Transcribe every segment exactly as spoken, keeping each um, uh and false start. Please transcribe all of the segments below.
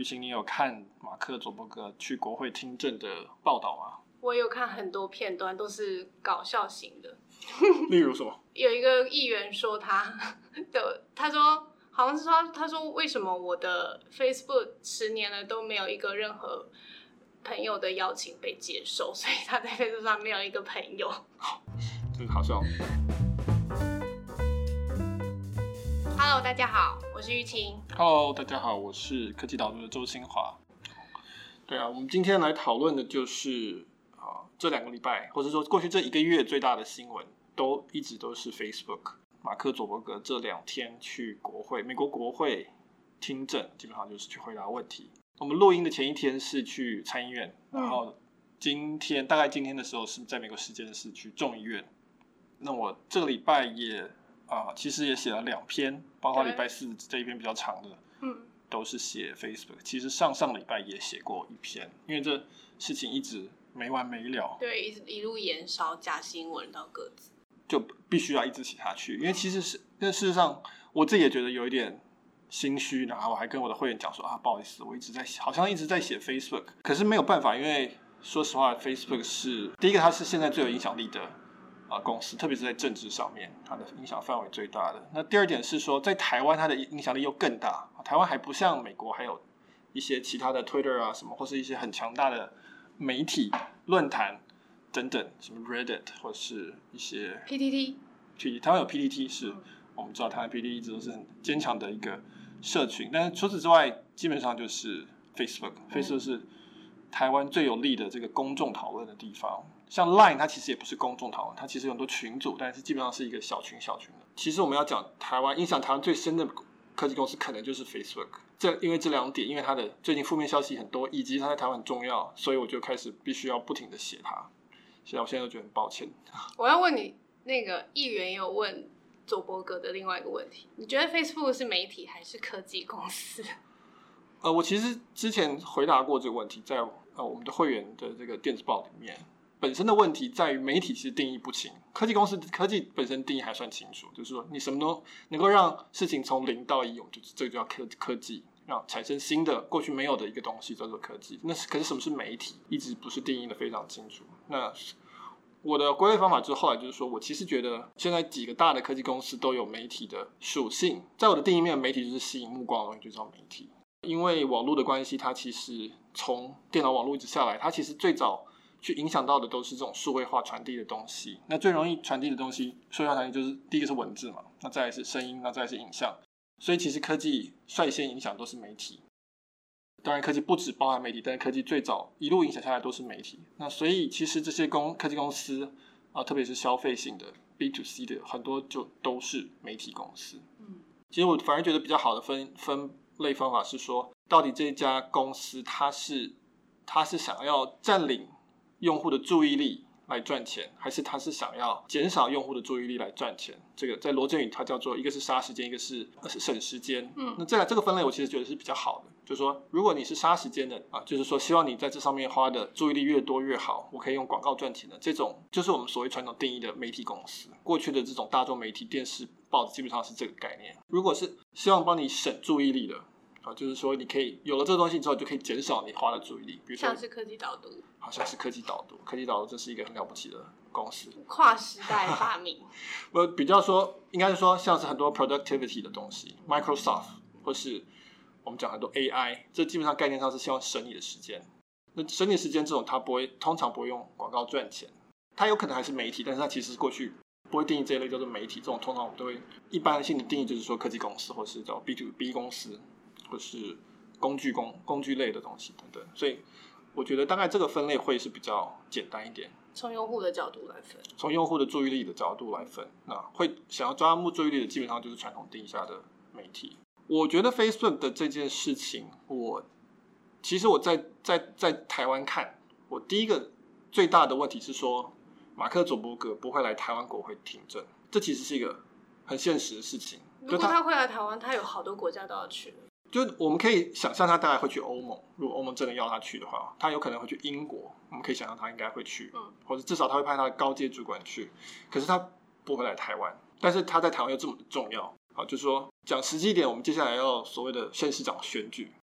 雨晴，你有看马克佐伯格去国会听证的报道吗？ 我有看很多片段，都是搞笑型的。 例如什么？ 有一个议员说他的，他说好像是说，他说为什么我的 Facebook 十年了都没有一个任何朋友的邀请被接受，所以他在 Facebook 上没有一个朋友。 真好笑。 Hello， 大家好，我是玉晴。 Hello， 大家好，我是科技导读的周新华。对啊，我们今天来讨论的就是啊，这两个礼拜，或者说过去这一个月最大的新闻，都一直都是 Facebook。马克佐伯格这两天去国会，美国国会听证，基本上就是去回答问题。我们录音的前一天是去参议院，然后今天、嗯、大概今天的时候是在美国时间是去众议院。那我这个礼拜也啊、呃，其实也写了两篇，包括礼拜四这一篇比较长的，嗯，都是写 Facebook。其实上上礼拜也写过一篇，因为这事情一直没完没了， 对，一一路延烧假新闻到各自， 就必须要一直写下去。因为其实是，但事实上我自己也觉得有一点心虚，然后我还跟我的会员讲说啊，不好意思，我一直在好像一直在写 Facebook， 可是没有办法，因为说实话 ，Facebook 是第一个，它是现在最有影响力的啊公司，特别是在政治上面，它的影响范围最大的。那第二点是说，在台湾它的影响力又更大，台湾还不像美国，还有一些其他的 Twitter 啊什么，或是一些很强大的媒体论坛等等，什么 Reddit 或是一些 P T T， P T T， 台湾有 P T T 是。嗯，我们知道台湾 P T T 一直都是很坚强的一个社群，但是除此之外，基本上就是 Facebook。Facebook 是台湾最有力的这个公众讨论的地方。像 Line 它其实也不是公众讨论，它其实有很多群组，但是基本上是一个小群小群的。其实我们要讲台湾影响台湾最深的科技公司，可能就是 Facebook。这因为这两点，因为它的最近负面消息很多，以及它在台湾很重要，所以我就开始必须要不停的写它。所以我现在都觉得很抱歉。 我要问你，那个议员也有问佐伯格的另外一个问题，你觉得 Facebook 是媒体还是科技公司？ 呃，我其实之前回答过这个问题，在呃我们的会员的这个电子报里面，本身的问题在于媒体其实定义不清，科技公司科技本身定义还算清楚，就是说你什么都能够让事情从零到一，就是这个叫科科技，让产生新的过去没有的一个东西叫做科技。那可是什么是媒体，一直不是定义的非常清楚。那我的归类方法就是后来就是说，我其实觉得现在几个大的科技公司都有媒体的属性，在我的定义面，媒体就是吸引目光的东西，就叫媒体。因为网络的关系，它其实从电脑网络一直下来，它其实最早去影响到的都是这种数位化传递的东西。那最容易传递的东西，数位化传递就是第一个是文字嘛，那再来是声音，那再来是影像。所以其实科技率先影响都是媒体。当然科技不只包含媒体，但是科技最早一路影响下来都是媒体。那所以其实这些公科技公司啊、呃，特别是消费型的 B to C 的，很多就都是媒体公司。嗯，其实我反而觉得比较好的分分类方法是说，到底这家公司它是它是想要占领用户的注意力来赚钱，还是它是想要减少用户的注意力来赚钱？这个在罗振宇它叫做一个是杀时间，一个是省时间。嗯，那这这个分类我其实觉得是比较好的，就是说如果你是杀时间的啊，就是说希望你在这上面花的注意力越多越好，我可以用广告赚钱的，这种就是我们所谓传统定义的媒体公司。过去的这种大众媒体、电视、报纸基本上是这个概念。如果是希望帮你省注意力的啊，就是说你可以有了这个东西之后，就可以减少你花的注意力。比如说像是科技导读， 好像是科技导读，科技导读这是一个很了不起的公司， 跨时代发明。 我比较说，应该是说像是很多 productivity 的东西 ，Microsoft 或是我们讲很多 A I， 这基本上概念上是希望省你的时间。那省你的时间这种，它不会通常不会用广告赚钱，它有可能还是媒体，但是它其实过去不会定义这一类叫做媒体。这种通常我们都会一般性的定义就是说科技公司，或是叫 B to B 公司。或是工具工工具类的东西等等，所以我觉得大概这个分类会是比较简单一点。 从用户的角度来分， 从用户的注意力的角度来分，那会想要抓住注意力的，基本上就是传统定义下的媒体。我觉得 Facebook 的这件事情，我其实我在在在台湾看，我第一个最大的问题是说，马克佐伯格不会来台湾国会听证，这其实是一个很现实的事情。 如果他会来台湾，他有好多国家都要去。 就我们可以想象他大概会去欧盟，如果欧盟真的要他去的话，他有可能会去英国，我们可以想象他应该会去，嗯，或者至少他会派他的高阶主管去，可是他不会来台湾，但是他在台湾又这么的重要，好，就是说讲实际一点，我们接下来要所谓的县市长选举，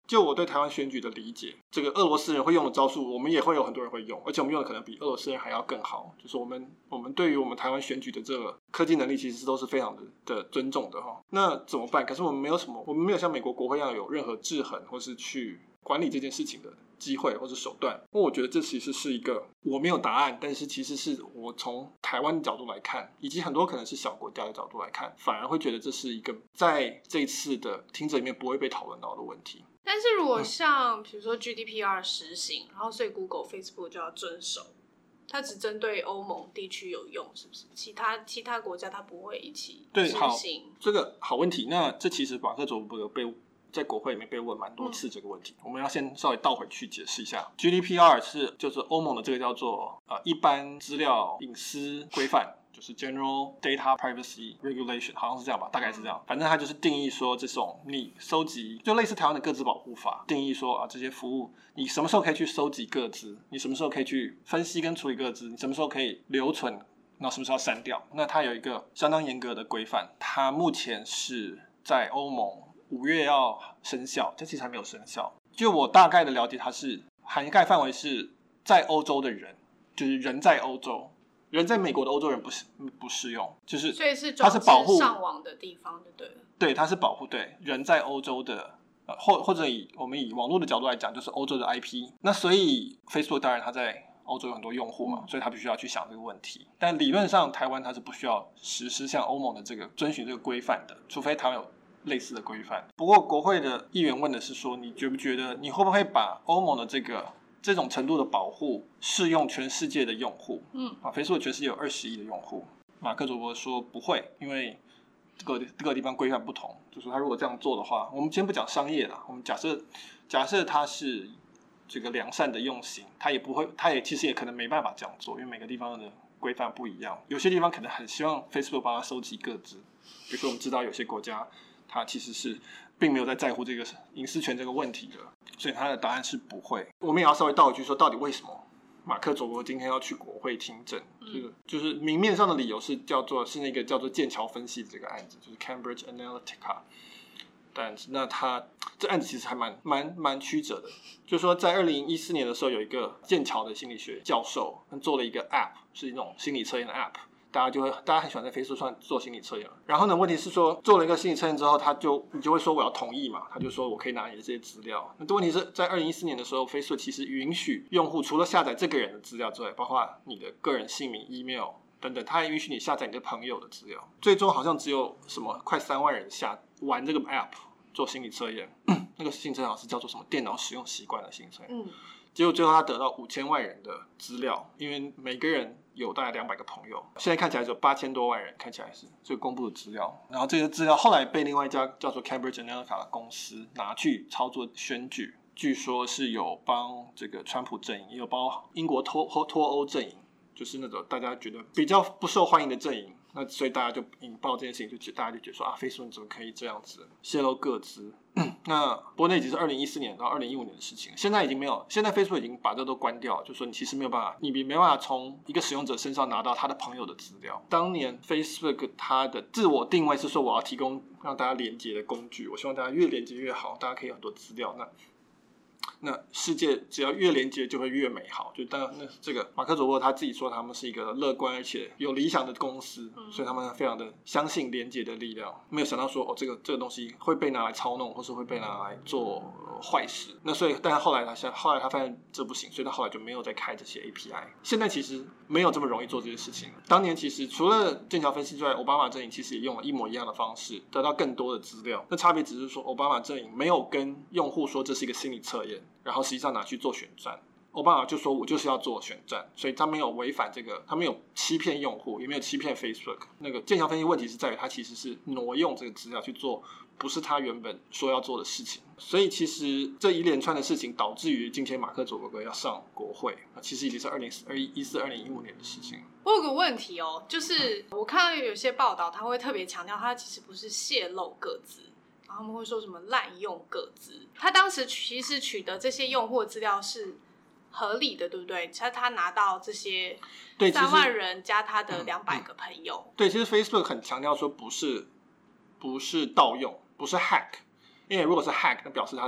就我对台湾选举的理解，这个俄罗斯人会用的招数，我们也会有很多人会用，而且我们用的可能比俄罗斯人还要更好。就是我们我们对于我们台湾选举的这个科技能力，其实都是非常的的尊重的哈。那怎么办？可是我们没有什么，我们没有像美国国会一样有任何制衡或是去管理这件事情的机会或是手段。因为我觉得这其实是一个我没有答案，但是其实是我从台湾的角度来看，以及很多可能是小国家的角度来看，反而会觉得这是一个在这一次的听者里面不会被讨论到的问题。 但是如果像比如说 G D P R 实行，然后所以 Google、Facebook 就要遵守，它只针对欧盟地区有用，是不是？其他其他国家它不会一起实行？ 对，好，这个好问题。那这其实马克佐伯格被在国会里面被问蛮多次这个问题、嗯、我们要先稍微倒回去解释一下。 G D P R 是就是欧盟的这个叫做、呃、一般资料隐私规范，就是 General Data Privacy Regulation， 好像是这样吧，大概是这样。反正它就是定义说，这种你收集，就类似台湾的个资保护法，定义说啊，这些服务你什么时候可以去收集个资，你什么时候可以去分析跟处理个资，你什么时候可以留存，然后什么时候要删掉。那它有一个相当严格的规范，它目前是在欧盟五月要生效，这其实还没有生效。就我大概的了解，它是涵盖范围是在欧洲的人，就是人在欧洲。人在美国的欧洲人不是不适用，就是所以是它是保护上网的地方就对了。 对，它是保护对人在欧洲的，呃、或或者以我们以网络的角度来讲，就是欧洲的 I P。那所以 Facebook 当然它在欧洲有很多用户嘛，所以它必须要去想这个问题。但理论上台湾它是不需要实施像欧盟的这个遵循这个规范的，除非台湾有类似的规范。不过国会的议员问的是说，你觉不觉得你会不会把欧盟的这个这种程度的保护适用全世界的用户？嗯，啊 ，Facebook 全世界有二十亿的用户。马克佐伯说不会，因为各各个地方规范不同。就是他如果这样做的话，我们先不讲商业啦，我们假设假设他是这个良善的用心，他也不会，他也其实也可能没办法这样做，因为每个地方的规范不一样。有些地方可能很希望 Facebook 帮他收集个资，比如说我们知道有些国家，他其实是并没有在在乎这个隐私权这个问题的。所以他的答案是不会。我们也要稍微倒一句说，到底为什么马克佐伯今天要去国会听证？嗯、就是就是明面上的理由是叫做是那个叫做剑桥分析的这个案子，就是 Cambridge Analytica。但是那他这案子其实还蛮蛮蛮曲折的，就是说在二零一四年的时候，有一个剑桥的心理学教授做了一个 App， 是一种心理测验的 App。大家就会，大家很喜欢在 Facebook 上做心理测验。然后呢，问题是说做了一个心理测验之后，他就你就会说我要同意嘛，他就说我可以拿你的这些资料。那问题是在二零一四年的时候 ，Facebook 其实允许用户除了下载这个人的资料之外，包括你的个人姓名、email 等等，他还允许你下载你的朋友的资料。最终好像只有什么快三万人下玩这个 App 做心理测验，那个心理测验好像是叫做什么电脑使用习惯的心理测验。嗯。结果最后他得到五千万人的资料，因为每个人有大概两百个朋友，现在看起来只有八千多万人，看起来是这个公布的资料。然后这些资料后来被另外一家叫做 Cambridge Analytica 的公司拿去操作选举，据说是有帮这个川普阵营，也有帮英国脱脱欧阵营，就是那种大家觉得比较不受欢迎的阵营。那所以大家就引爆这件事情，就大家就觉得说啊 ，Facebook 怎么可以这样子泄露个资？那不过那已经是二零一四年到二零一五年的事情，现在已经没有，现在 Facebook 已经把这都关掉了，就说你其实没有办法，你没办法从一个使用者身上拿到他的朋友的资料。当年 Facebook 它的自我定位是说，我要提供让大家连接的工具，我希望大家越连接越好，大家可以有很多资料。那那世界只要越连接就会越美好，就当然那这个马克佐伯他自己说他们是一个乐观而且有理想的公司，嗯、所以他们非常的相信连接的力量，没有想到说哦这个这个东西会被拿来操弄，或是会被拿来做坏事。那所以但后来他后来他发现这不行，所以他后来就没有再开这些 A P I。现在其实没有这么容易做这些事情。当年其实除了剑桥分析之外，奥巴马阵营其实也用了一模一样的方式得到更多的资料，那差别只是说奥巴马阵营没有跟用户说这是一个心理测验，然后实际上拿去做选战。奥巴马就说我就是要做选战，所以他没有违反这个，他没有欺骗用户，也没有欺骗 Facebook。那个剑桥分析问题是在于他其实是挪用这个资料去做不是他原本说要做的事情，所以其实这一连串的事情导致于今天马克佐伯格要上国会，其实已经是二零一四、二零一五年的事情。 我有个问题哦，就是我看到有些报道，他会特别强调，他其实不是泄露个资。然后他们会说什么滥用个资，他当时其实取得这些用户的资料是合理的，对不对？他他拿到这些三万人加他的两百个朋友， 嗯嗯、对，其实 Facebook 很强调说不是不是盗用，不是 hack， 因为如果是 hack， 那表示他的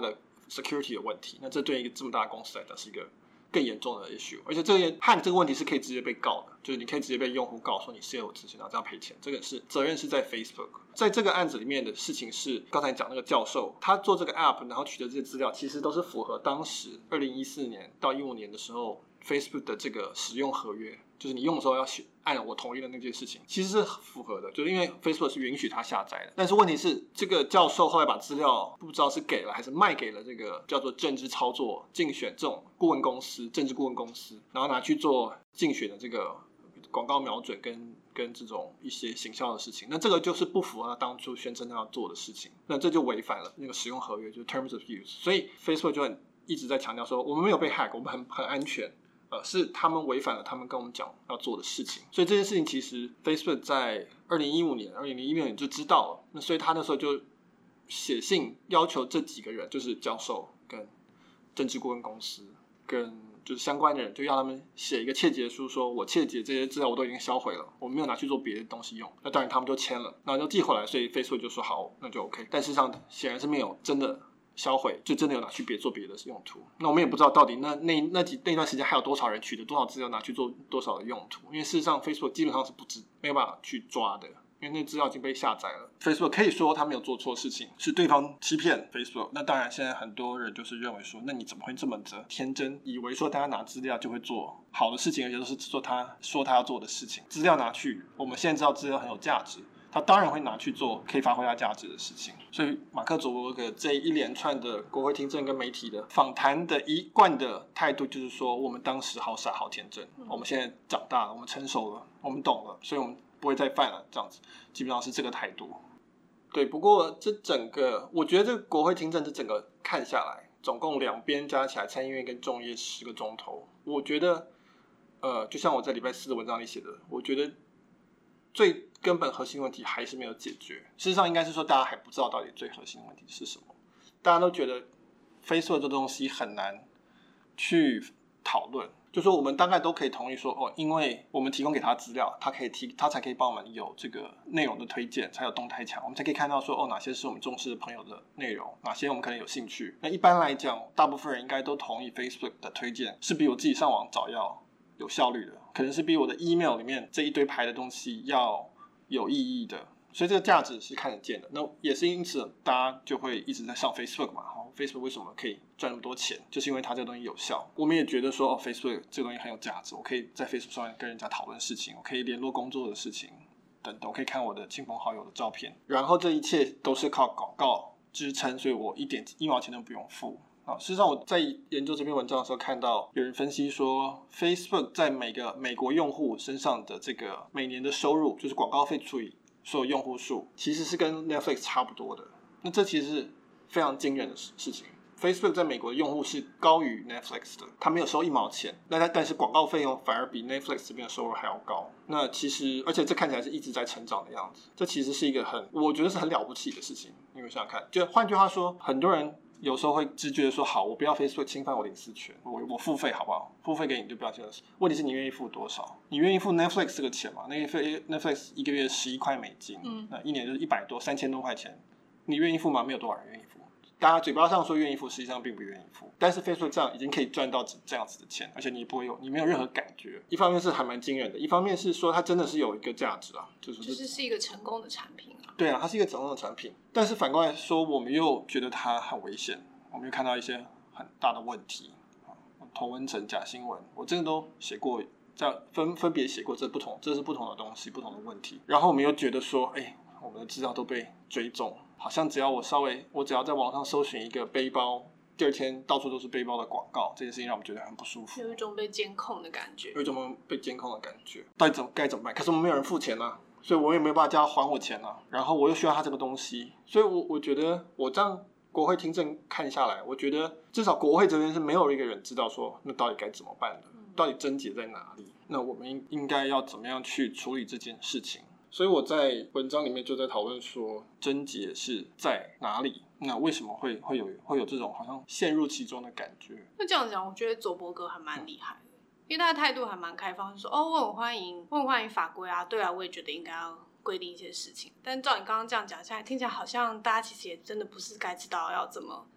security 的问题，那这对一个这么大的公司来讲是一个更严重的 issue， 而且这个 hack 这个问题是可以直接被告的，就是你可以直接被用户告说你泄露资讯，然后这样赔钱，这个是责任是在 Facebook。 在这个案子里面的事情是，刚才讲那个教授他做这个 app 然后取得这些资料，其实都是符合当时二零一四年到一五年的时候 Facebook 的这个使用合约，就是你用的时候要按我同意的那件事情，其实是符合的，就是因为 Facebook 是允许他下载的。但是问题是，这个教授后来把资料不知道是给了还是卖给了这个叫做政治操作竞选这种顾问公司、政治顾问公司，然后拿去做竞选的这个广告瞄准跟跟这种一些行销的事情，那这个就是不符合他当初宣称他要做的事情，那这就违反了那个使用合约，就是 Terms of Use。 所以 Facebook 就很一直在强调说，我们没有被 hack， 我们很很安全。呃，是他们违反了他们跟我们讲要做的事情，所以这件事情其实 Facebook 在二零一五年、二零一六年就知道了，那所以他那时候就写信要求这几个人，就是教授跟政治顾问公司跟就是相关的人，就要他们写一个切结书，说我切结这些资料我都已经销毁了，我没有拿去做别的东西用。那当然他们就签了，然后就寄回来，所以 Facebook 就说好，那就 OK。但事实上显然是没有真的销毁，就真的有拿去别做别的用途。那我们也不知道到底那那那几那段时间还有多少人取得多少资料拿去做多少的用途，因为事实上 Facebook 基本上是不知没有办法去抓的，因为那资料已经被下载了。 Facebook 可以说他没有做错事情，是对方欺骗 Facebook。 那当然现在很多人就是认为说，那你怎么会这么的天真，以为说大家拿资料就会做好的事情，而且都是做他说他要做的事情。资料拿去，我们现在知道资料很有价值，他当然会拿去做可以发挥他价值的事情。所以马克祖伯格这一连串的国会听证跟媒体的访谈的一贯的态度就是说，我们当时好傻好天真，我们现在长大了，我们成熟了，我们懂了，所以我们不会再犯了，这样子基本上是这个态度。对，不过这整个我觉得这个国会听证这整个看下来，总共两边加起来参议院跟众议院十个钟头，我觉得呃，就像我在礼拜四的文章里写的，我觉得最根本核心问题还是没有解决。事实上应该是说大家还不知道到底最核心的问题是什么，大家都觉得 Facebook 这东西很难去讨论，就说我们大概都可以同意说，哦，因为我们提供给他资料，他可以提，他才可以帮我们有这个内容的推荐，才有动态墙，我们才可以看到说，哦，哪些是我们重视的朋友的内容，哪些我们可能有兴趣。那一般来讲，大部分人应该都同意 Facebook 的推荐是比我自己上网找要有效率的，可能是比我的 email 里面这一堆排的东西要有意义的，所以这个价值是看得见的。那也是因此大家就会一直在上 Facebook 嘛， Facebook 为什么可以赚那么多钱，就是因为它这个东西有效。我们也觉得说，哦 Facebook 这个东西很有价值，我可以在 Facebook 上面跟人家讨论事情，我可以联络工作的事情等等，我可以看我的亲朋好友的照片，然后这一切都是靠广告支撑，所以我一点一毛钱都不用付。事实上我在研究这篇文章的时候看到有人分析说， Facebook 在每个美国用户身上的这个每年的收入，就是广告费除以所有用户数，其实是跟 Netflix 差不多的。那这其实是非常惊人的事情。 Facebook 在美国的用户是高于 Netflix 的，它没有收一毛钱，那但是广告费用反而比 Netflix 这边的收入还要高。那其实而且这看起来是一直在成长的样子，这其实是一个很我觉得是很了不起的事情。你们想想看，就换句话说，很多人有时候会直觉的说，好，我不要 Facebook 侵犯我的隐私权，我我付费好不好？付费给你就不要这样。问题是你愿意付多少？你愿意付 Netflix 这个钱吗？那 Netflix 一个月十一块美金，嗯，那一年就是一百多三千多块钱，你愿意付吗？没有多少人愿意付。大家嘴巴上说愿意付，实际上并不愿意付。但是 Facebook 这样已经可以赚到这样子的钱，而且你不会有，你没有任何感觉。一方面是还蛮惊人的，一方面是说它真的是有一个价值啊，就是就是是一个成功的产品啊。 对啊，它是一个成功的产品。但是反过来说，我们又觉得它很危险，我们又看到一些很大的问题。头文层假新闻，我真的都写过，在分分别写过这不同，这是不同的东西，不同的问题。然后我们又觉得说，哎，我们的资料都被追踪。好像只要我稍微，我只要在网上搜寻一个背包，第二天到处都是背包的广告，这件事情让我们觉得很不舒服， 有一种被监控的感觉， 有一种被监控的感觉。到底怎么该怎么办？可是我们没有人付钱啊，所以我也没有办法叫他还我钱啊。然后我又需要他这个东西，所以我我觉得我这样国会听证看下来，我觉得至少国会这边是没有一个人知道说那到底该怎么办的，到底症结在哪里？那我们应该要怎么样去处理这件事情？所以我在文章里面就在讨论说，症结是在哪里？那为什么会会有会有这种好像陷入其中的感觉？ 那这样讲，我觉得佐伯格还蛮厉害的，因为他的态度还蛮开放，就说哦，我很欢迎，我很欢迎法规啊，对啊，我也觉得应该要规定一些事情。但照你刚刚这样讲下来，听起来好像大家其实也真的不是该知道要怎么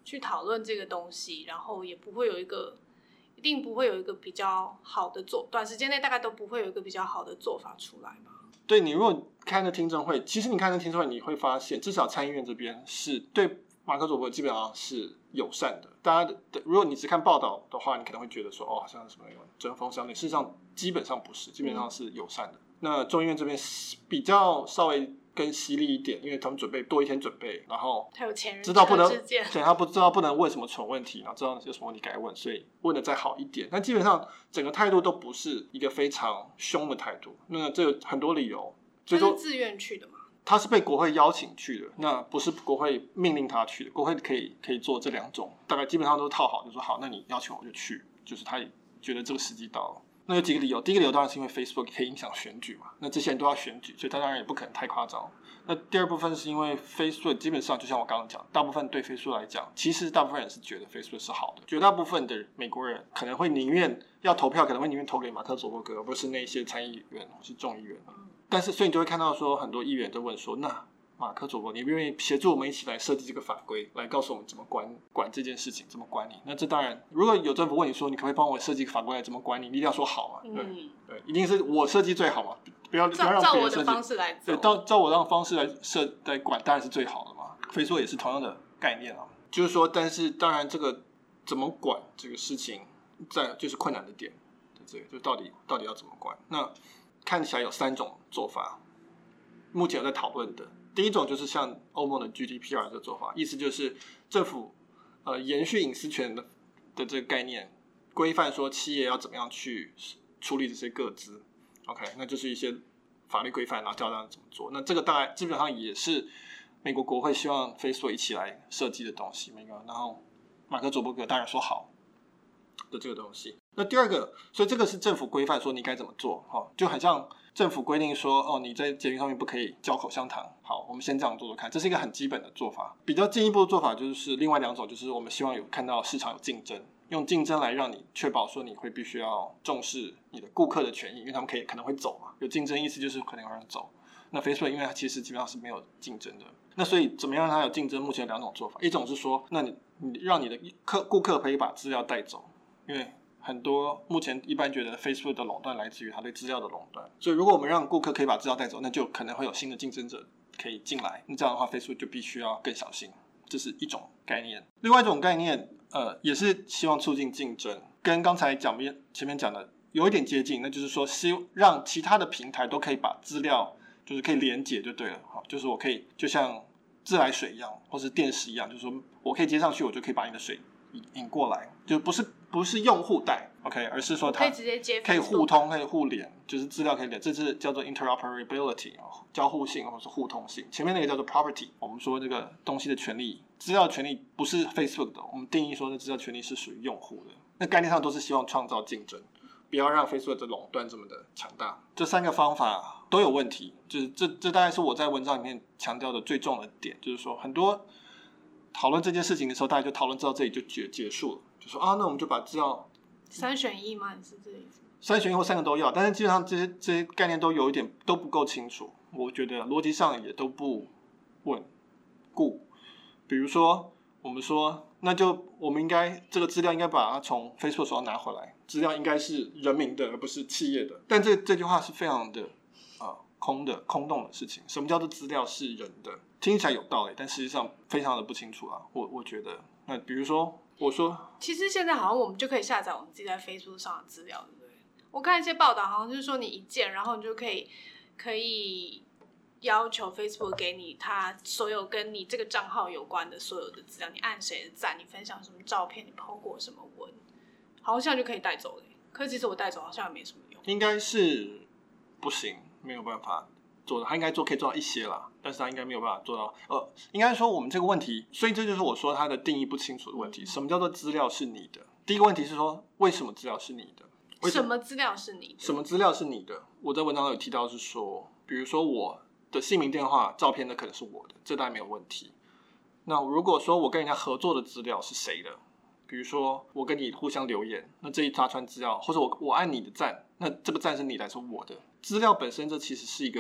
去讨论这个东西，然后也不会有一个一定不会有一个比较好的做，短时间内大概都不会有一个比较好的做法出来吧。对， 你如果看那听证会，其实你看那听证会你会发现，至少参议院这边是对马克·佐伯基本上是友善的。大家的如果你只看报道的话，你可能会觉得说哦，好像什么针锋相对，事实上基本上不是，基本上是友善的。嗯、那众议院这边比较稍微更犀利一点，因为他们准备多一天准备，然后他有前人知道不能，对，他不知道不能问什么蠢问题，然后知道有什么问题该问，所以问的再好一点。但基本上整个态度都不是一个非常凶的态度。那这有很多理由， 他是自愿去的吗？ 他是被国会邀请去的，那不是国会命令他去的。国会可以可以做这两种，大概基本上都套好，就说好，那你要求我就去，就是他也觉得这个时机到了。那有几个理由，第一个理由当然是因为 Facebook 可以影响选举嘛，那这些人都要选举，所以他当然也不可能太夸张。那第二部分是因为 Facebook 基本上就像我刚刚讲，大部分对 Facebook 来讲，其实大部分人是觉得 Facebook 是好的，绝大部分的美国人可能会宁愿要投票，可能会宁愿投给马克·佐伯格，而不是那些参议员或是众议员。但是所以你就会看到说，很多议员都问说，那马克·佐伯格，你愿意协助我们一起来设计这个法规，来告诉我们怎么管管这件事情，怎么管理？那这当然，如果有政府问你说，你可不可以帮我设计法规来怎么管理，你一定要说好嘛，对、嗯、对，一定是我设计最好嘛，不要不要让别人设计，照我的方式来做，对，照照我的方式来设来管，当然是最好的嘛。所以说也是同样的概念啊，就是说，但是当然这个怎么管这个事情，在就是困难的点，对，就到底到底要怎么管？那看起来有三种做法，目前有在讨论的。第一种就是像欧盟的 G D P R 这个做法，意思就是政府呃延续隐私权的的这个概念，规范说企业要怎么样去处理这些个资 ，OK， 那就是一些法律规范，然后教大家怎么做。那这个大概基本上也是美国国会希望 Facebook 一起来设计的东西，美国，然后马克·佐伯格当然说好的这个东西。那第二个，所以这个是政府规范说你该怎么做，哦，就很像政府规定说，哦，你在捷运上面不可以嚼口香糖。好，我们先这样做做看，这是一个很基本的做法。比较进一步的做法就是另外两种，就是我们希望有看到市场有竞争，用竞争来让你确保说你会必须要重视你的顾客的权益，因为他们可以可能会走嘛，有竞争意思就是可能有人走。那 Facebook 因为它其实基本上是没有竞争的，那所以怎么样让它有竞争？目前有两种做法，一种是说，那你你让你的客顾客可以把资料带走，因为很多目前一般觉得 Facebook 的垄断来自于它对资料的垄断，所以如果我们让顾客可以把资料带走，那就可能会有新的竞争者可以进来，那这样的话 Facebook 就必须要更小心，这是一种概念。另外一种概念呃，也是希望促进竞争，跟刚才讲前面讲的有一点接近，那就是说希让其他的平台都可以把资料就是可以连结就对了，就是我可以就像自来水一样或是电池一样，就是说我可以接上去，我就可以把你的水引过来，就不是不是用户带 OK， 而是说它可以直接接， 可以互通，可以互联，就是资料可以连，这是叫做 interoperability 交互性或是互通性。前面那个叫做 property， 我们说这个东西的权利，资料权利不是 Facebook 的，我们定义说这资料权利是属于用户的。那概念上都是希望创造竞争，不要让 Facebook 的垄断这么的强大。这三个方法都有问题，就是这这大概是我在文章里面强调的最重的点，就是说很多讨论这件事情的时候，大家就讨论到这里就结结束了，就说啊，那我们就把资料三选一吗？你是这意思？ 三选一或三个都要，但是基本上这些这些概念都有一点都不够清楚，我觉得逻辑上也都不稳固。比如说，我们说，那就我们应该这个资料应该把它从 Facebook 手上拿回来，资料应该是人民的而不是企业的。但这这句话是非常的呃空的空洞的事情。什么叫做资料是人的？听起来有道理，但实际上非常的不清楚啊。我我觉得，那比如说，我说， 其实现在好像我们就可以下载我们自己在 Facebook 上的资料，对不对？我看一些报道，好像就是说你一键，然后你就可以可以要求 Facebook 给你它所有跟你这个账号有关的所有的资料，你按谁的赞，你分享什么照片，你 po 过什么文，好像就可以带走了。可是其实我带走好像也没什么用， 应该是不行，没有办法做的。他应该做可以做到一些啦，但是他应该没有办法做到。呃，应该说我们这个问题，所以这就是我说它的定义不清楚的问题。什么叫做资料是你的？第一个问题是说，为什么资料是你的？ 什么, 什么资料是你的？ 什么资料是你的？我在文章有提到是说，比如说我的姓名、电话、照片，那可能是我的，这当然没有问题。那如果说我跟人家合作的资料是谁的？比如说我跟你互相留言，那这一大串资料，或者我我按你的赞，那这个赞是你的还是我的？资料本身这其实是一个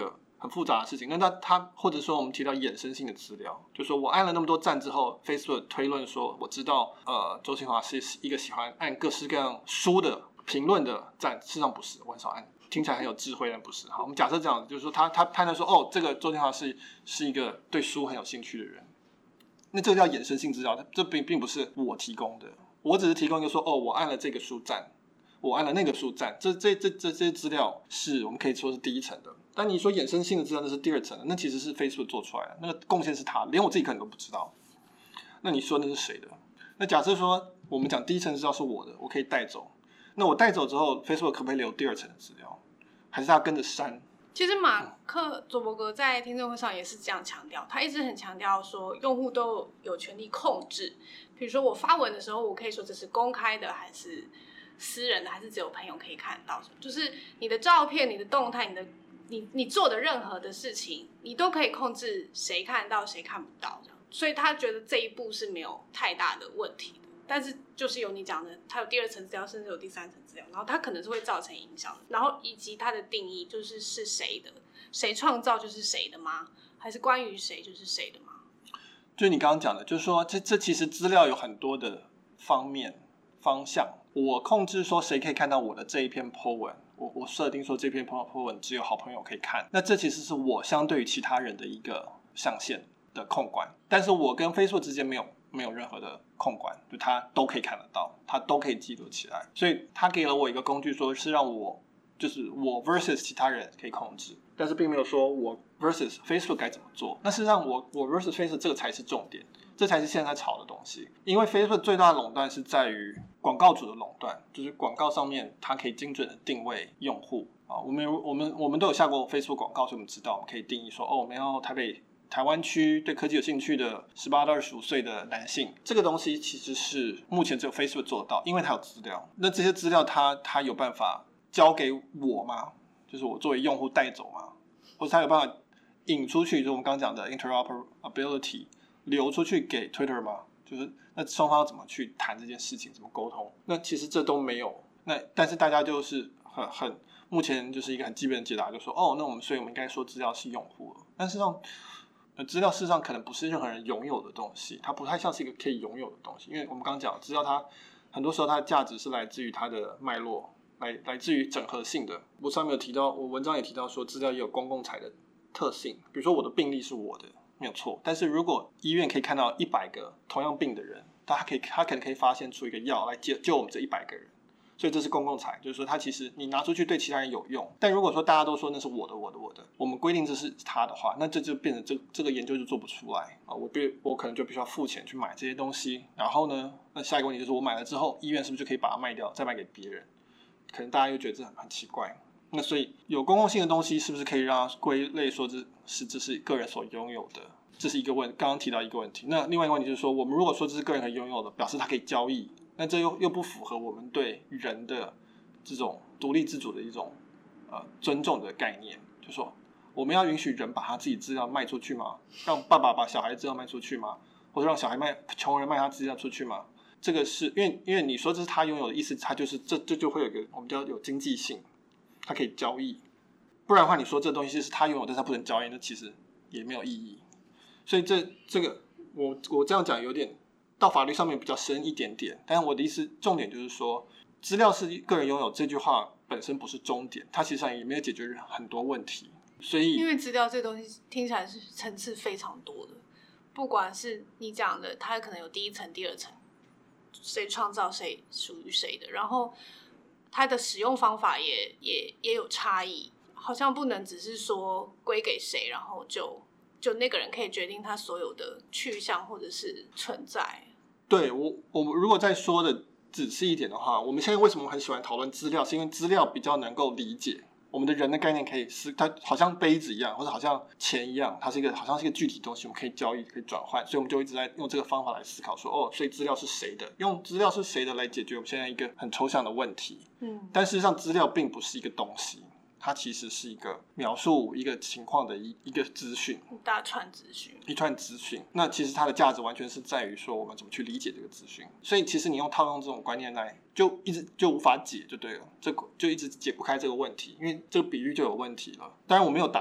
很复杂的事情。那它它或者说我们提到衍生性的资料，就是说我按了那么多赞之后 ，Facebook 推论说我知道呃周清华是一个喜欢按各式各样书的评论的赞，事实上不是，我很少按。听起来很有智慧，但不是。好，我们假设这样，就是说他他判断说，哦，这个周清华是是一个对书很有兴趣的人，那这个叫衍生性资料，这并并不是我提供的，我只是提供一个说，哦，我按了这个书赞，我按了那个书赞，这这这这这些资料是我们可以说是第一层的。但你说衍生性的资料那是第二层的，那其实是 Facebook 做出来的，那个贡献是他，连我自己可能都不知道。那你说那是谁的？那假设说我们讲第一层资料是我的，我可以带走，那我带走之后 ，Facebook 可不可以留第二层的资料？还是他跟着删？ 其实马克佐伯格在听证会上也是这样强调，他一直很强调说，用户都有权利控制。比如说我发文的时候，我可以说这是公开的，还是私人的，还是只有朋友可以看到？就是你的照片、你的动态、你的你你做的任何的事情，你都可以控制谁看到，谁看不到这样。所以他觉得这一步是没有太大的问题的。但是就是有你讲的，它有第二层资料，甚至有第三层资料，然后它可能是会造成影响，然后以及它的定义就是是谁的，谁创造就是谁的吗？还是关于谁就是谁的吗？ 就是你刚刚讲的，就是说这这其实资料有很多的方面方向，我控制说谁可以看到我的这一篇 po 文，我我设定说这篇 po 文只有好朋友可以看，那这其实是我相对于其他人的一个象限的控管，但是我跟 Facebook 之间没有。没有任何的控管，就它都可以看得到，它都可以记录起来，所以它给了我一个工具，说是让我就是我 versus 其他人可以控制，但是并没有说我 versus Facebook 该怎么做。那事实上我我 versus Facebook 这个才是重点，这才是现在在吵的东西。因为 Facebook 最大的垄断是在于广告主的垄断，就是广告上面它可以精准的定位用户啊。我们我们我们都有下过 Facebook 广告，所以我们知道我们可以定义说，哦，我们要台北。台湾区对科技有兴趣的十八到二十五岁的男性，这个东西其实是目前只有 Facebook 做得到，因为它有资料。那这些资料它它有办法交给我吗？就是我作为用户带走吗？或者它有办法引出去，就是我们刚刚讲的 interoperability 流出去给 Twitter 吗？就是那双方要怎么去谈这件事情，怎么沟通？那其实这都没有。那但是大家就是很很目前就是一个很基本的解答，就说哦，那我们所以我们应该说资料是用户了，但是让呃，资料事实上可能不是任何人拥有的东西，它不太像是一个可以拥有的东西，因为我们刚刚讲资料它很多时候它的价值是来自于它的脉络，来来自于整合性的。我上面有提到，我文章也提到说，资料也有公共财的特性，比如说我的病历是我的，没有错，但是如果医院可以看到一百个同样病的人，他可以他可能可以发现出一个药来救救我们这一百个人。所以这是公共财，就是说它其实你拿出去对其他人有用，但如果说大家都说那是我的我的我的，我们规定这是他的话，那这就变成这这个研究就做不出来啊！我必我可能就必须要付钱去买这些东西，然后呢，那下一个问题就是我买了之后，医院是不是就可以把它卖掉，再卖给别人？可能大家又觉得这很很奇怪。那所以有公共性的东西是不是可以让它归类说这是这是个人所拥有的？这是一个问，刚刚提到一个问题。那另外一个问题就是说，我们如果说这是个人可以拥有的，表示它可以交易。那这又又不符合我们对人的这种独立自主的一种呃尊重的概念，就说我们要允许人把他自己资料卖出去吗？让爸爸把小孩资料卖出去吗？或者让小孩卖穷人卖他资料出去吗？这个是因为因为你说这是他拥有的意思，他就是这这就会有一个我们叫有经济性，他可以交易。不然的话，你说这东西是他拥有，但是他不能交易，那其实也没有意义。所以这这个我我这样讲有点。到法律上面比较深一点点，但是我的意思重点就是说，资料是个人拥有这句话本身不是终点，它其实上也没有解决很多问题。所以， 因为资料这东西听起来是层次非常多的，不管是你讲的，它可能有第一层、第二层，谁创造谁属于谁的，然后它的使用方法也也也有差异，好像不能只是说归给谁，然后就就那个人可以决定他所有的去向或者是存在。 对，我我们如果再说的仔细一点的话，我们现在为什么很喜欢讨论资料，是因为资料比较能够理解我们的人的概念，可以是它好像杯子一样，或者好像钱一样，它是一个好像是一个具体东西，我们可以交易可以转换，所以我们就一直在用这个方法来思考说，哦，所以资料是谁的？用资料是谁的来解决我们现在一个很抽象的问题。嗯，但事实上资料并不是一个东西。它其实是一个描述一个情况的一一个资讯， 一大串资讯， 一串资讯。那其实它的价值完全是在于说我们怎么去理解这个资讯。所以其实你用套用这种观念来，就一直就无法解就对了，这就一直解不开这个问题，因为这个比喻就有问题了。当然我没有答案，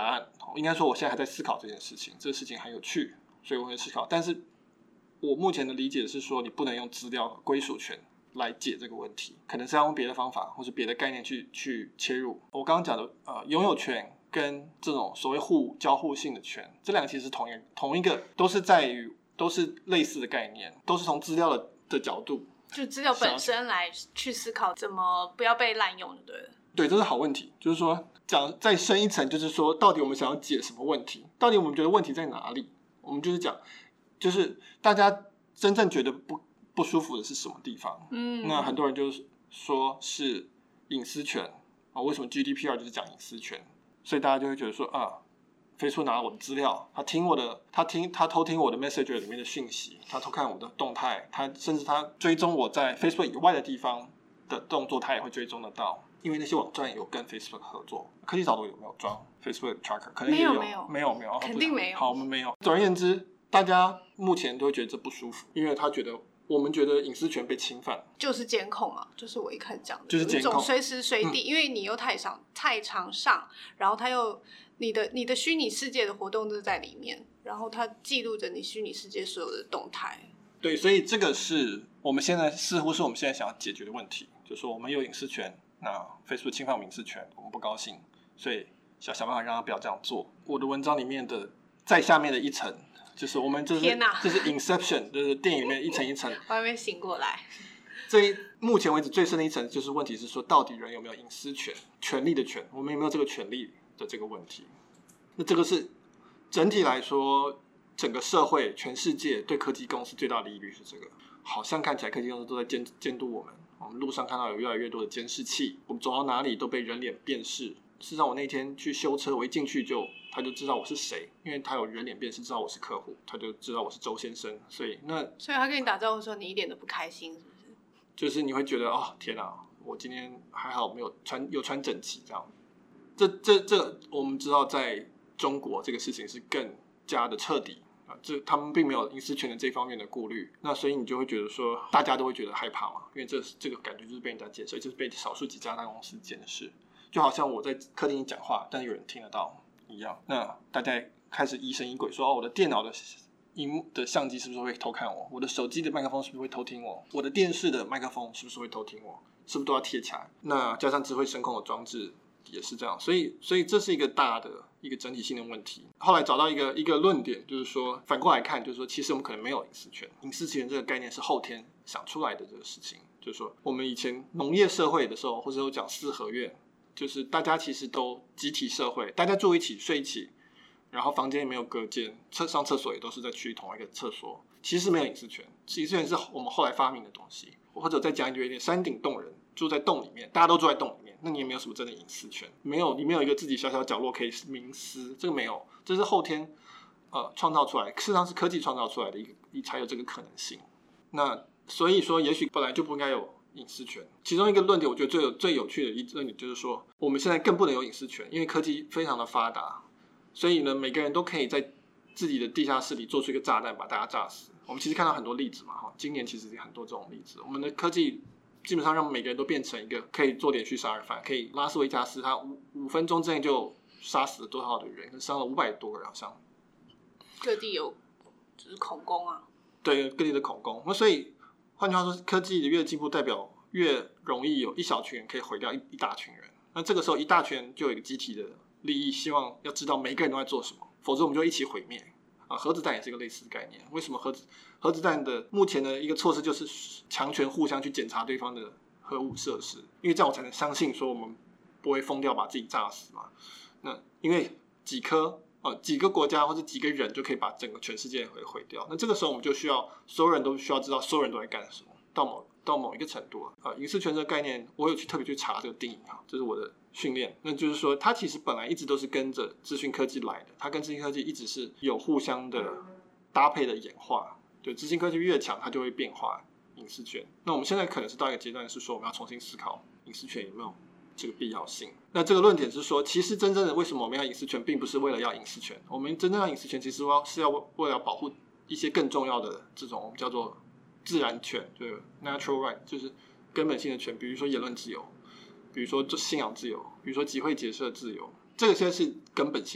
应该说我现在还在思考这件事情，这个事情很有趣，所以我会思考。但是我目前的理解是说，你不能用资料归属权来解这个问题，可能是要用别的方法或者别的概念去去切入。我刚刚讲的呃拥有权跟这种所谓互交互性的权，这两个其实是同一同一个，都是在于都是类似的概念，都是从资料的的角度， 就资料本身来去思考怎么不要被滥用就对了。 对，这是好问题。就是说讲再深一层，就是说到底我们想要解什么问题，到底我们觉得问题在哪里，我们就是讲就是大家真正觉得不不舒服的是什么地方。嗯，那很多人就是说是隐私权啊，为什么 G D P R 就是讲隐私权，所以大家就会觉得说啊，Facebook 拿了我的资料，他听我的，他听他偷听我的 Messenger 里面的讯息，他偷看我的动态，他甚至他追踪我在 Facebook 以外的地方的动作，他也会追踪得到。因为那些网站有跟 Facebook 合作，科技早读有没有装 Facebook Tracker？ 可能也有， 没有， 没有，没有， 肯定没有。 好，我们没有。总而言之，大家目前都会觉得这不舒服，因为他觉得我们觉得隐私权被侵犯， 就是监控啊，就是我一开始讲的， 就是监控， 随时随地，嗯、因为你又太常太常上，然后他又你的你的虚拟世界的活动都在里面，然后它记录着你虚拟世界所有的动态。 对，所以这个是我们现在似乎是我们现在想要解决的问题，就是说我们有隐私权。那 Facebook 侵犯我们隐私权，我们不高兴，所以想想办法让他不要这样做。我的文章里面的在下面的一层，就是我们就是这是 Inception， 就是电影里面一层一层， 我还没醒过来。 这一目前为止最深的一层，就是问题是说，到底人有没有隐私权、权利的权，我们有没有这个权利的这个问题？那这个是整体来说，整个社会、全世界对科技公司最大的疑虑是这个。好像看起来科技公司都在监监督我们。我们路上看到有越来越多的监视器，我们走到哪里都被人脸辨识。事实上，我那天去修车，我一进去就他就知道我是谁，因为他有人脸辨识，知道我是客户，他就知道我是周先生。所以那所以他跟你打招呼的时候，你一点都不开心，是不是？ 就是你会觉得哦，天哪，我今天还好没有穿有穿整齐这样。这这这，我们知道在中国这个事情是更加的彻底。这他们并没有隐私权的这方面的顾虑，那所以你就会觉得说，大家都会觉得害怕嘛，因为这这个感觉就是被人家监视，就是被少数几家大公司监视，就好像我在客厅里讲话，但是有人听得到一样。那大家开始疑神疑鬼说，哦，我的电脑的荧幕的相机是不是会偷看我？我的手机的麦克风是不是会偷听我？我的电视的麦克风是不是会偷听我？是不是都要贴起来？那加上智慧声控的装置也是这样，所以所以这是一个大的一个整体性的问题。后来找到一个一个论点，就是说反过来看，就是说其实我们可能没有隐私权，隐私权这个概念是后天想出来的这个事情。就是说我们以前农业社会的时候，或者有讲四合院，就是大家其实都集体社会，大家住一起睡一起，然后房间也没有隔间，厕上厕所也都是在去同一个厕所，其实没有隐私权。隐私权是我们后来发明的东西。或者再讲一点，山顶洞人住在洞里面，大家都住在洞里面，那你也没有什么真的隐私权，没有，你没有一个自己小小角落可以冥思，这个没有，这是后天呃创造出来，事实上是科技创造出来的一个，才有这个可能性。那所以说，也许本来就不应该有隐私权。其中一个论点，我觉得最有最有趣的一论点就是说，我们现在更不能有隐私权，因为科技非常的发达，所以呢，每个人都可以在自己的地下室里做出一个炸弹，把大家炸死。我们其实看到很多例子嘛，哈，今年其实有很多这种例子。我们的科技基本上让每个人都变成一个可以做连续杀人犯，可以拉斯维加斯他五五分钟之内就杀死了多少的人，伤了五百多个人，好像。 各地有就是恐攻啊， 对，各地的恐攻。那所以换句话说，科技越进步，代表越容易有一小群人可以毁掉一一大群人。那这个时候一大群人就有一个集体的利益，希望要知道每个人都在做什么，否则我们就一起毁灭。啊，核子弹也是一个类似的概念。为什么核子核子弹的目前的一个措施就是强权互相去检查对方的核武设施，因为这样我才能相信说我们不会疯掉把自己炸死嘛。那因为几颗呃几个国家或者几个人就可以把整个全世界给毁掉，那这个时候我们就需要所有人都需要知道所有人都在干什么，到某到某一个程度啊。呃，隐私权这个概念，我有去特别去查这个定义啊，这是我的训练。那就是说，它其实本来一直都是跟着资讯科技来的，它跟资讯科技一直是有互相的搭配的演化。对，资讯科技越强，它就会变化隐私权。那我们现在可能是到一个阶段，是说我们要重新思考隐私权有没有这个必要性。那这个论点是说，其实真正的为什么我们要隐私权，并不是为了要隐私权，我们真正要隐私权，其实是要为了保护一些更重要的这种我们叫做自然权，就是 natural right， 就是根本性的权，比如说言论自由，比如说信仰自由，比如说集会结社自由，这个现在是根本性的，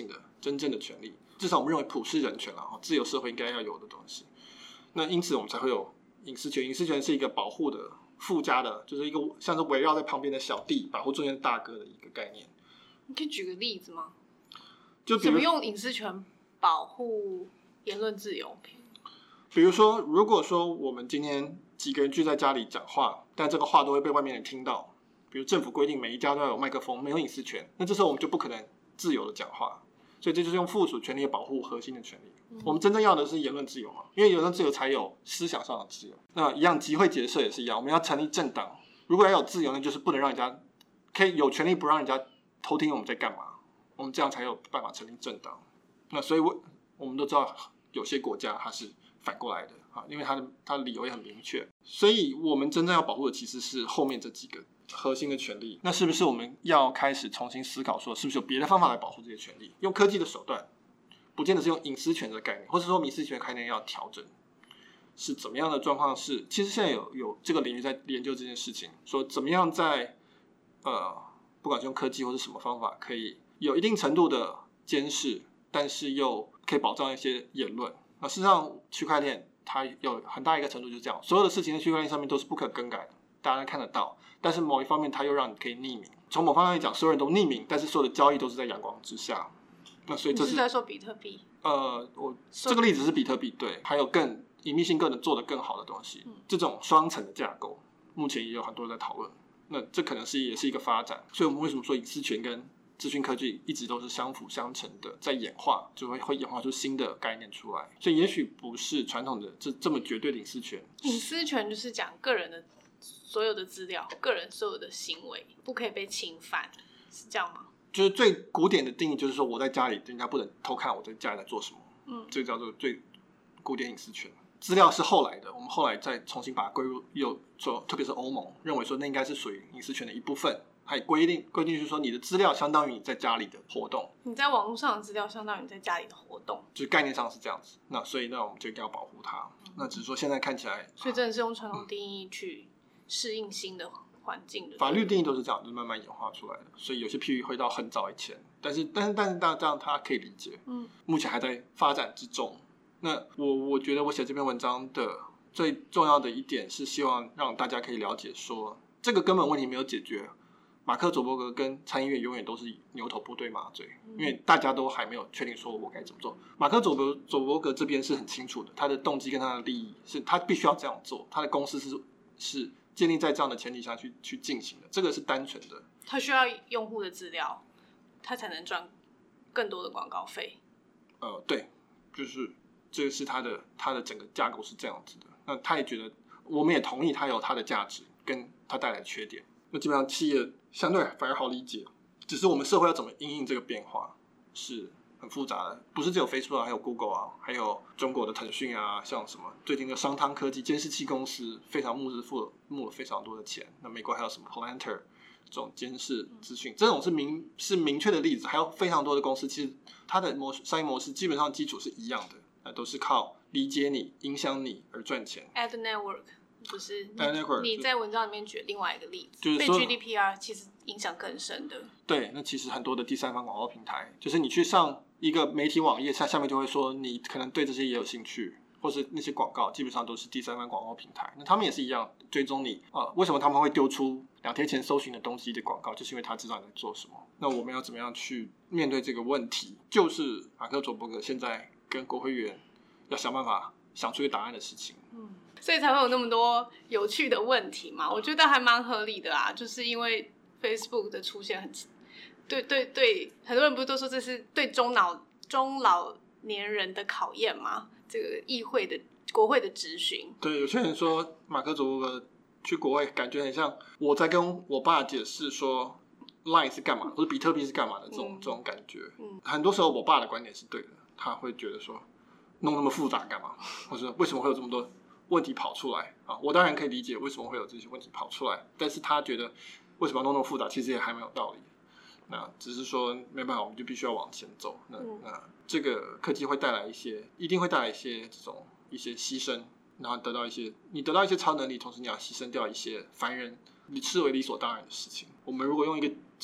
真正的权利，至少我们认为普世人权啦，自由社会应该要有的东西。那因此我们才会有隐私权，隐私权是一个保护的附加的，就是一个像是围绕在旁边的小弟保护中间大哥的一个概念。 你可以举个例子吗？ 就怎么用隐私权保护言论自由？ 比如说，如果说我们今天几个人聚在家里讲话，但这个话都会被外面人听到，比如政府规定每一家都要有麦克风，没有隐私权，那这时候我们就不可能自由的讲话。所以这就是用附属权利保护核心的权利。嗯、我们真正要的是言论自由嘛，因为言论自由才有思想上的自由。那一样集会结社也是一样，我们要成立政党，如果要有自由，那就是不能让人家可以有权利不让人家偷听我们在干嘛，我们这样才有办法成立政党。那所以我我们都知道有些国家它是反过来的啊，因为它的它的理由也很明确。所以我们真正要保护的其实是后面这几个核心的权利。那是不是我们要开始重新思考说，是不是有别的方法来保护这些权利？用科技的手段，不见得是用隐私权的概念，或者说隐私权的概念要调整，是怎么样的状况是？其实现在有有这个领域在研究这件事情，说怎么样在呃，不管是用科技或是什么方法，可以有一定程度的监视，但是又可以保障一些言论。那事实上，区块链它有很大一个程度就是这样，所有的事情在区块链上面都是不可更改的，大家看得到。但是某一方面，它又让你可以匿名。从某方面来讲，所有人都匿名，但是所有的交易都是在阳光之下。那所以这是你是在说比特币？ 呃，我这个例子是比特币，对，还有更隐秘性更能做得更好的东西。嗯、这种双层的架构，目前也有很多人在讨论。那这可能是也是一个发展。所以我们为什么说隐私权跟资讯科技一直都是相辅相成的，在演化，就会会演化出新的概念出来。所以也许不是传统的这这么绝对的隐私权。 隐私权就是讲个人的所有的资料，个人所有的行为不可以被侵犯，是这样吗？ 就是最古典的定义，就是说我在家里，人家不能偷看我在家里在做什么。嗯，这个叫做最古典隐私权。资料是后来的，我们后来再重新把它归入，有说，特别是欧盟认为说那应该是属于隐私权的一部分。还规定规定是说，你的资料相当于你在家里的活动， 你在网络上的资料相当于你在家里的活动， 就是概念上是这样子。那所以呢，我们就应该要保护它。嗯、那只是说现在看起来， 所以真的是用传统定义去适应新的环境的。 法律定义都是这样，就是慢慢演化出来的。所以有些譬喻回到很早以前，但是但是但是这样它可以理解。嗯，目前还在发展之中。那我我觉得我写这篇文章的最重要的一点是希望让大家可以了解说，这个根本问题没有解决。马克·佐伯格跟参议院永远都是牛头不对马嘴，因为大家都还没有确定说我该怎么做。马克·佐伯佐伯格这边是很清楚的，他的动机跟他的利益是他必须要这样做，他的公司是是建立在这样的前提下去去进行的，这个是单纯的。 他需要用户的资料，他才能赚更多的广告费。 呃，对，就是这个是他的他的整个架构是这样子的。那他也觉得，我们也同意他有他的价值跟他带来的缺点。那基本上企业相对反而好理解，只是我们社会要怎么因应这个变化是很复杂的，不是只有 Facebook 啊，还有 Google 啊，还有中国的腾讯啊，像什么最近的商汤科技监视器公司非常募资付募了非常多的钱。那美国还有什么 Palantir 这种监视资讯，这种是明是明确的例子，还有非常多的公司，其实它的模商业模式基本上基础是一样的，那都是靠理解你、影响你而赚钱。 Ad network。就是你, 你在文章里面举另外一个例子， 就是被 G D P R 其实影响更深的。 对，那其实很多的第三方广告平台，就是你去上一个媒体网页，下下面就会说你可能对这些也有兴趣，或是那些广告基本上都是第三方广告平台。那他们也是一样追踪你啊、呃，为什么他们会丢出两天前搜寻的东西的广告，就是因为他知道你在做什么。那我们要怎么样去面对这个问题？就是马克·佐伯格现在跟国会议员要想办法想出一个答案的事情。 嗯。所以才会有那么多有趣的问题嘛，我觉得还蛮合理的啊，就是因为 Facebook 的出现很，对对对，很多人不是都说这是对中老中老年人的考验嘛？这个议会的国会的质询， 对，有些人说马克·佐伯格去国会，感觉很像我在跟我爸解释说 Line 是干嘛，或者比特币是干嘛的这种、嗯、这种感觉。嗯，很多时候我爸的观点是对的，他会觉得说弄那么复杂干嘛，或者为什么会有这么多问题跑出来啊？我当然可以理解为什么会有这些问题跑出来，但是他觉得为什么要弄那么复杂，其实也还蛮有道理。那只是说没办法，我们就必须要往前走。那、嗯、那这个科技会带来一些，一定会带来一些这种一些牺牲，然后得到一些你得到一些超能力，同时你要牺牲掉一些凡人你视为理所当然的事情。我们如果用一个作为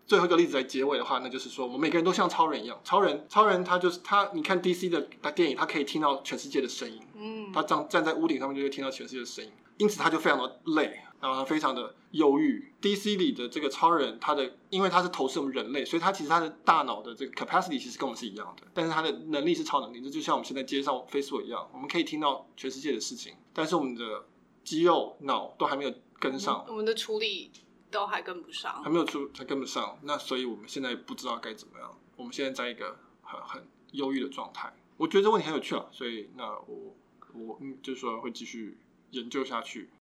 最后一个例子来结尾的话，那就是说我们每个人都像超人一样，超人超人他就是他，你看 D C 的电影，他可以听到全世界的声音，嗯，他站站在屋顶上面就会听到全世界的声音，因此他就非常的累，然后他非常的忧郁。D C 里的这个超人，他的因为他是投射我们人类，所以他其实他的大脑的这个 capacity 其实跟我们是一样的，但是他的能力是超能力，这就像我们现在接上 Facebook 一样，我们可以听到全世界的事情，但是我们的肌肉脑都还没有跟上， 我们的处理都还跟不上， 还没有出，还跟不上。那所以我们现在不知道该怎么样。我们现在在一个很很忧郁的状态。我觉得这问题很有趣啊，所以那我我嗯，就是说会继续研究下去。